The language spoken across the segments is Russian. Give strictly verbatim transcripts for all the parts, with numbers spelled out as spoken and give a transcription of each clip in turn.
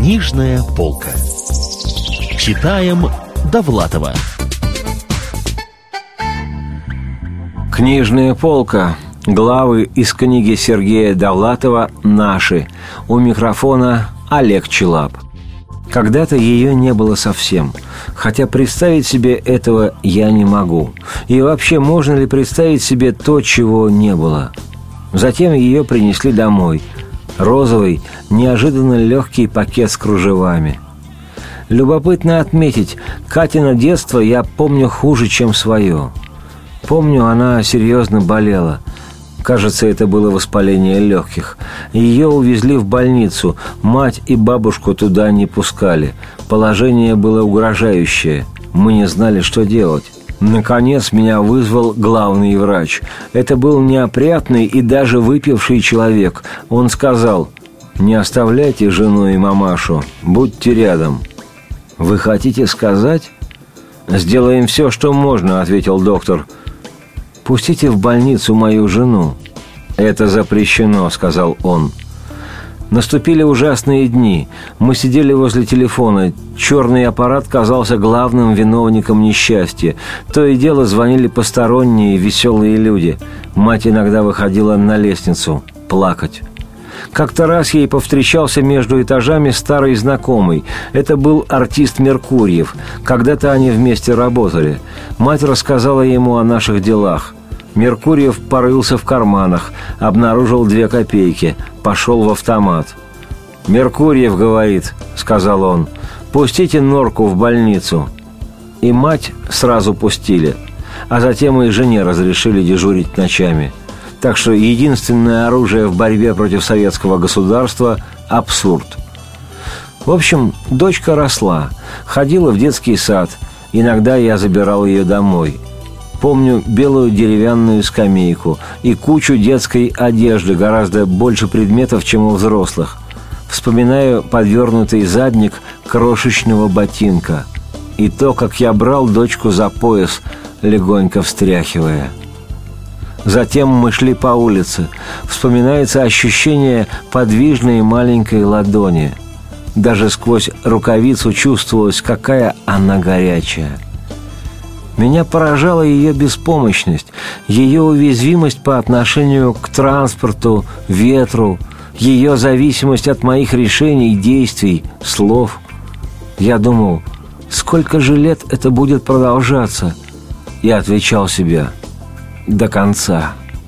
Книжная полка. Читаем Довлатова. Книжная полка. Главы из книги Сергея Довлатова «Наши». У микрофона Олег Челап. Когда-то ее не было совсем, хотя представить себе этого я не могу. И вообще, можно ли представить себе то, чего не было? Затем ее принесли домой. Розовый, неожиданно легкий пакет с кружевами. Любопытно отметить, Катина детство я помню хуже, чем свое. Помню, она серьезно болела. Кажется, это было воспаление легких. Ее увезли в больницу. Мать и бабушку туда не пускали. Положение было угрожающее. Мы не знали, что делать. Наконец меня вызвал главный врач. Это был неопрятный и даже выпивший человек. Он сказал: «Не оставляйте жену и мамашу. Будьте рядом». «Вы хотите сказать?» «Сделаем все, что можно», — ответил доктор. «Пустите в больницу мою жену». «Это запрещено», — сказал он. Наступили ужасные дни. Мы сидели возле телефона. Черный аппарат казался главным виновником несчастья. То и дело звонили посторонние, веселые люди. Мать иногда выходила на лестницу плакать. Как-то раз ей повстречался между этажами старый знакомый. Это был артист Меркурьев. Когда-то они вместе работали. Мать рассказала ему о наших делах. Меркурьев порылся в карманах, обнаружил две копейки, пошел в автомат. «Меркурьев говорит», — сказал он, — «пустите Норку в больницу». И мать сразу пустили, а затем и жене разрешили дежурить ночами. Так что единственное оружие в борьбе против советского государства – абсурд. В общем, дочка росла, ходила в детский сад. Иногда я забирал ее домой. Помню белую деревянную скамейку и кучу детской одежды, гораздо больше предметов, чем у взрослых. Вспоминаю подвернутый задник крошечного ботинка и то, как я брал дочку за пояс, легонько встряхивая. Затем мы шли по улице. Вспоминается ощущение подвижной маленькой ладони. Даже сквозь рукавицу чувствовалось, какая она горячая. Меня поражала ее беспомощность, ее уязвимость по отношению к транспорту, ветру, ее зависимость от моих решений, действий, слов. Я думал, сколько же лет это будет продолжаться? И отвечал себе: до конца.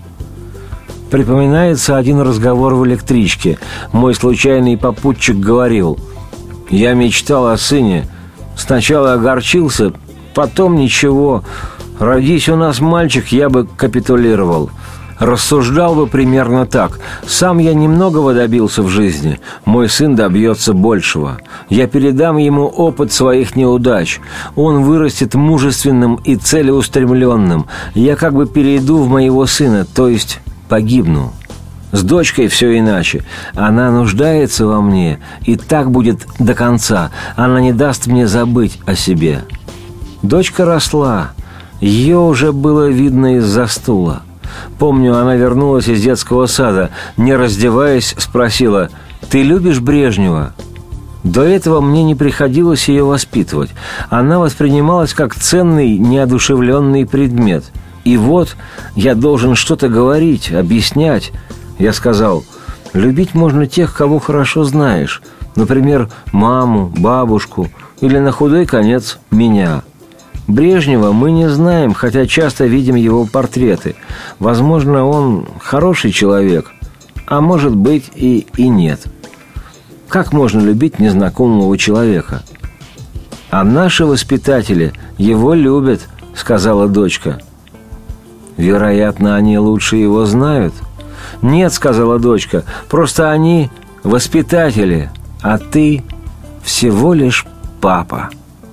Припоминается один разговор в электричке. Мой случайный попутчик говорил: «Я мечтал о сыне. Сначала огорчился, потом ничего. Родись у нас мальчик, я бы капитулировал. Рассуждал бы примерно так: сам я немногого добился в жизни, мой сын добьется большего. Я передам ему опыт своих неудач. Он вырастет мужественным и целеустремленным. Я как бы перейду в моего сына, то есть погибну. С дочкой все иначе. Она нуждается во мне, и так будет до конца. Она не даст мне забыть о себе». Дочка росла. Ее уже было видно из-за стула. Помню, она вернулась из детского сада, не раздеваясь, спросила: «Ты любишь Брежнева?» До этого мне не приходилось ее воспитывать. Она воспринималась как ценный, неодушевленный предмет. И вот я должен что-то говорить, объяснять. Я сказал: «Любить можно тех, кого хорошо знаешь. Например, маму, бабушку или, на худой конец, меня». Брежнева мы не знаем, хотя часто видим его портреты. Возможно, он хороший человек, а может быть и, и нет. Как можно любить незнакомого человека? «А наши воспитатели его любят», — сказала дочка. «Вероятно, они лучше его знают». «Нет», — сказала дочка, — «просто они воспитатели, а ты всего лишь папа».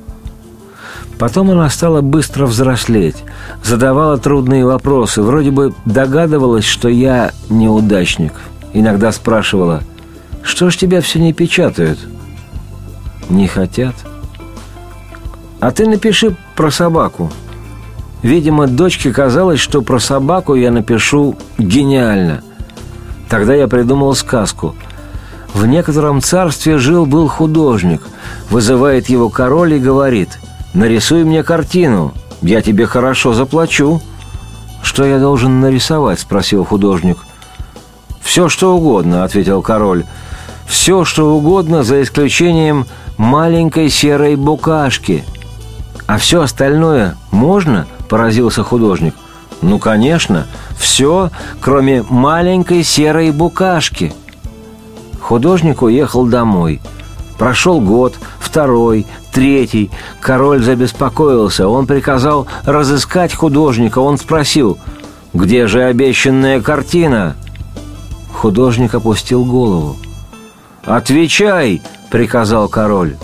Потом она стала быстро взрослеть, задавала трудные вопросы, вроде бы догадывалась, что я неудачник. Иногда спрашивала: «Что ж тебя все не печатают?» «Не хотят». «А ты напиши про собаку». Видимо, дочке казалось, что про собаку я напишу гениально. Тогда я придумал сказку. В некотором царстве жил-был художник. Вызывает его король и говорит: «Нарисуй мне картину, я тебе хорошо заплачу». «Что я должен нарисовать?» – спросил художник. «Все, что угодно», – ответил король. «Все, что угодно, за исключением маленькой серой букашки». «А все остальное можно?» – поразился художник. «Ну, конечно, все, кроме маленькой серой букашки». Художник уехал домой. Прошел год, второй, третий. Король забеспокоился. Он приказал разыскать художника. Он спросил: «Где же обещанная картина?» Художник опустил голову. «Отвечай!» – приказал король.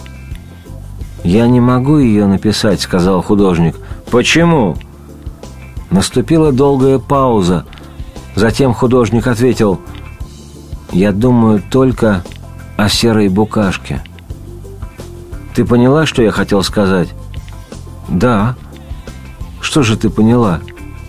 «Я не могу ее написать», – сказал художник. «Почему?» Наступила долгая пауза. Затем художник ответил: «Я думаю только о серой букашке». «Ты поняла, что я хотел сказать?» «Да». «Что же ты поняла?»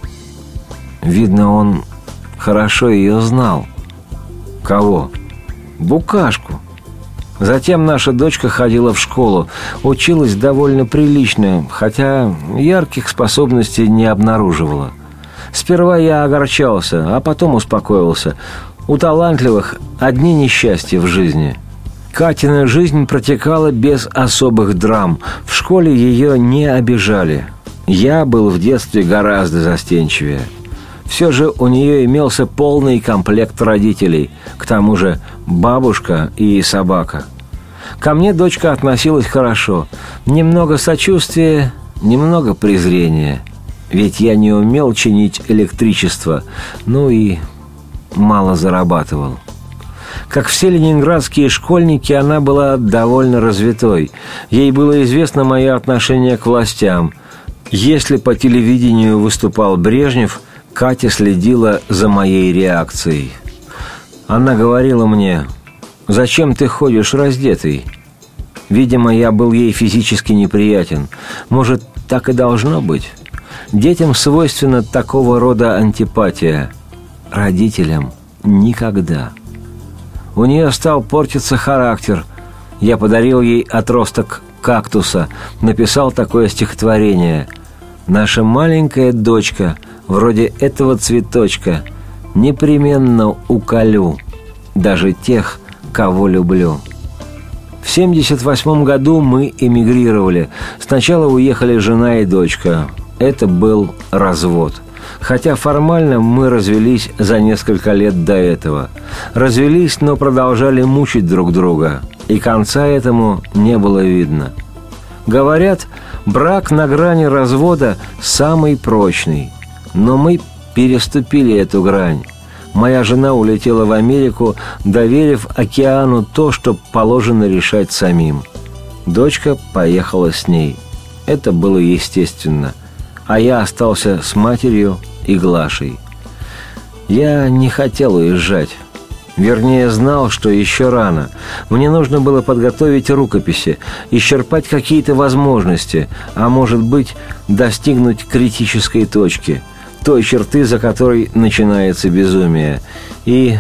Видно, он хорошо ее знал. «Кого?» «Букашку». Затем наша дочка ходила в школу, училась довольно прилично, хотя ярких способностей не обнаруживала. Сперва я огорчался, а потом успокоился. У талантливых одни несчастья в жизни. Катина жизнь протекала без особых драм. В школе ее не обижали. Я был в детстве гораздо застенчивее. Все же у нее имелся полный комплект родителей, к тому же бабушка и собака. Ко мне дочка относилась хорошо. Немного сочувствия, немного презрения. Ведь я не умел чинить электричество, ну и мало зарабатывал. Как все ленинградские школьники, она была довольно развитой. Ей было известно мое отношение к властям. Если по телевидению выступал Брежнев, Катя следила за моей реакцией. Она говорила мне: «Зачем ты ходишь раздетый?» Видимо, я был ей физически неприятен. Может, так и должно быть? Детям свойственна такого рода антипатия. Родителям никогда. У нее стал портиться характер. Я подарил ей отросток кактуса, написал такое стихотворение: «Наша маленькая дочка, вроде этого цветочка, непременно уколю даже тех, кого люблю». В семьдесят восьмом году мы эмигрировали. Сначала уехали жена и дочка. Это был развод. Хотя формально мы развелись за несколько лет до этого. Развелись, но продолжали мучить друг друга. И конца этому не было видно. Говорят, брак на грани развода самый прочный. Но мы переступили эту грань. Моя жена улетела в Америку, доверив океану то, что положено решать самим. Дочка поехала с ней. Это было естественно. А я остался с матерью и Глашей. Я не хотел уезжать. Вернее, знал, что еще рано. Мне нужно было подготовить рукописи, исчерпать какие-то возможности, а может быть, достигнуть критической точки, той черты, за которой начинается безумие. И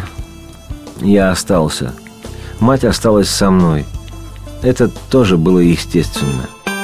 я остался. Мать осталась со мной. Это тоже было естественно.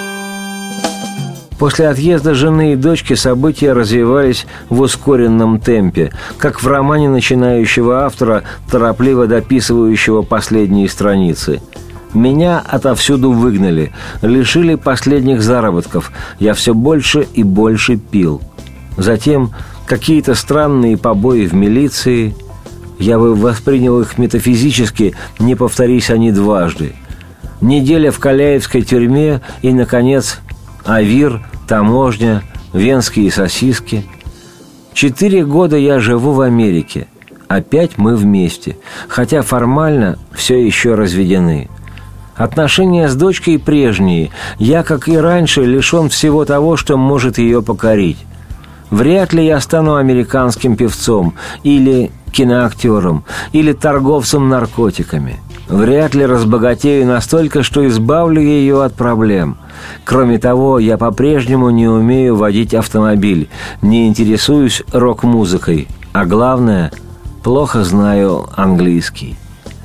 После отъезда жены и дочки события развивались в ускоренном темпе, как в романе начинающего автора, торопливо дописывающего последние страницы. Меня отовсюду выгнали, лишили последних заработков. Я все больше и больше пил. Затем какие-то странные побои в милиции. Я бы воспринял их метафизически, не повторись они дважды. Неделя в Каляевской тюрьме и, наконец, Авир, таможня, венские сосиски. Четыре года я живу в Америке. Опять мы вместе, хотя формально все еще разведены. Отношения с дочкой прежние. Я, как и раньше, лишен всего того, что может ее покорить. Вряд ли я стану американским певцом, или киноактером, или торговцем наркотиками. Вряд ли разбогатею настолько, что избавлю ее от проблем. Кроме того, я по-прежнему не умею водить автомобиль, не интересуюсь рок-музыкой, а главное, плохо знаю английский.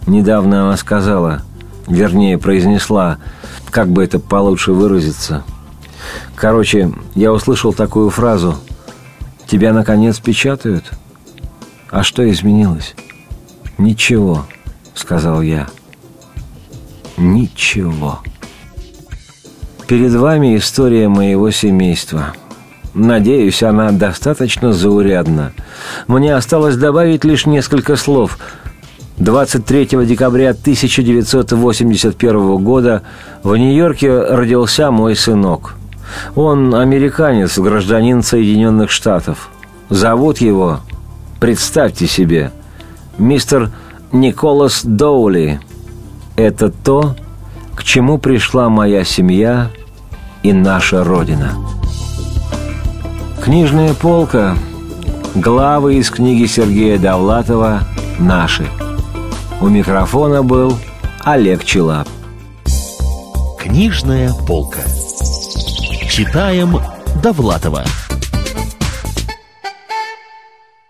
Недавно она сказала, вернее, произнесла, как бы это получше выразиться. Короче, я услышал такую фразу: «Тебя, наконец, печатают?» «А что изменилось?» «Ничего», — сказал я. «Ничего». Перед вами история моего семейства. Надеюсь, она достаточно заурядна. Мне осталось добавить лишь несколько слов. двадцать третьего декабря тысяча девятьсот восемьдесят первого года в Нью-Йорке родился мой сынок. Он американец, гражданин Соединенных Штатов. Зовут его, представьте себе, мистер Николас Доули. Это то, к чему пришла моя семья и наша Родина. Книжная полка. Главы из книги Сергея Довлатова «Наши». У микрофона был Олег Челап. Книжная полка. Читаем Довлатова.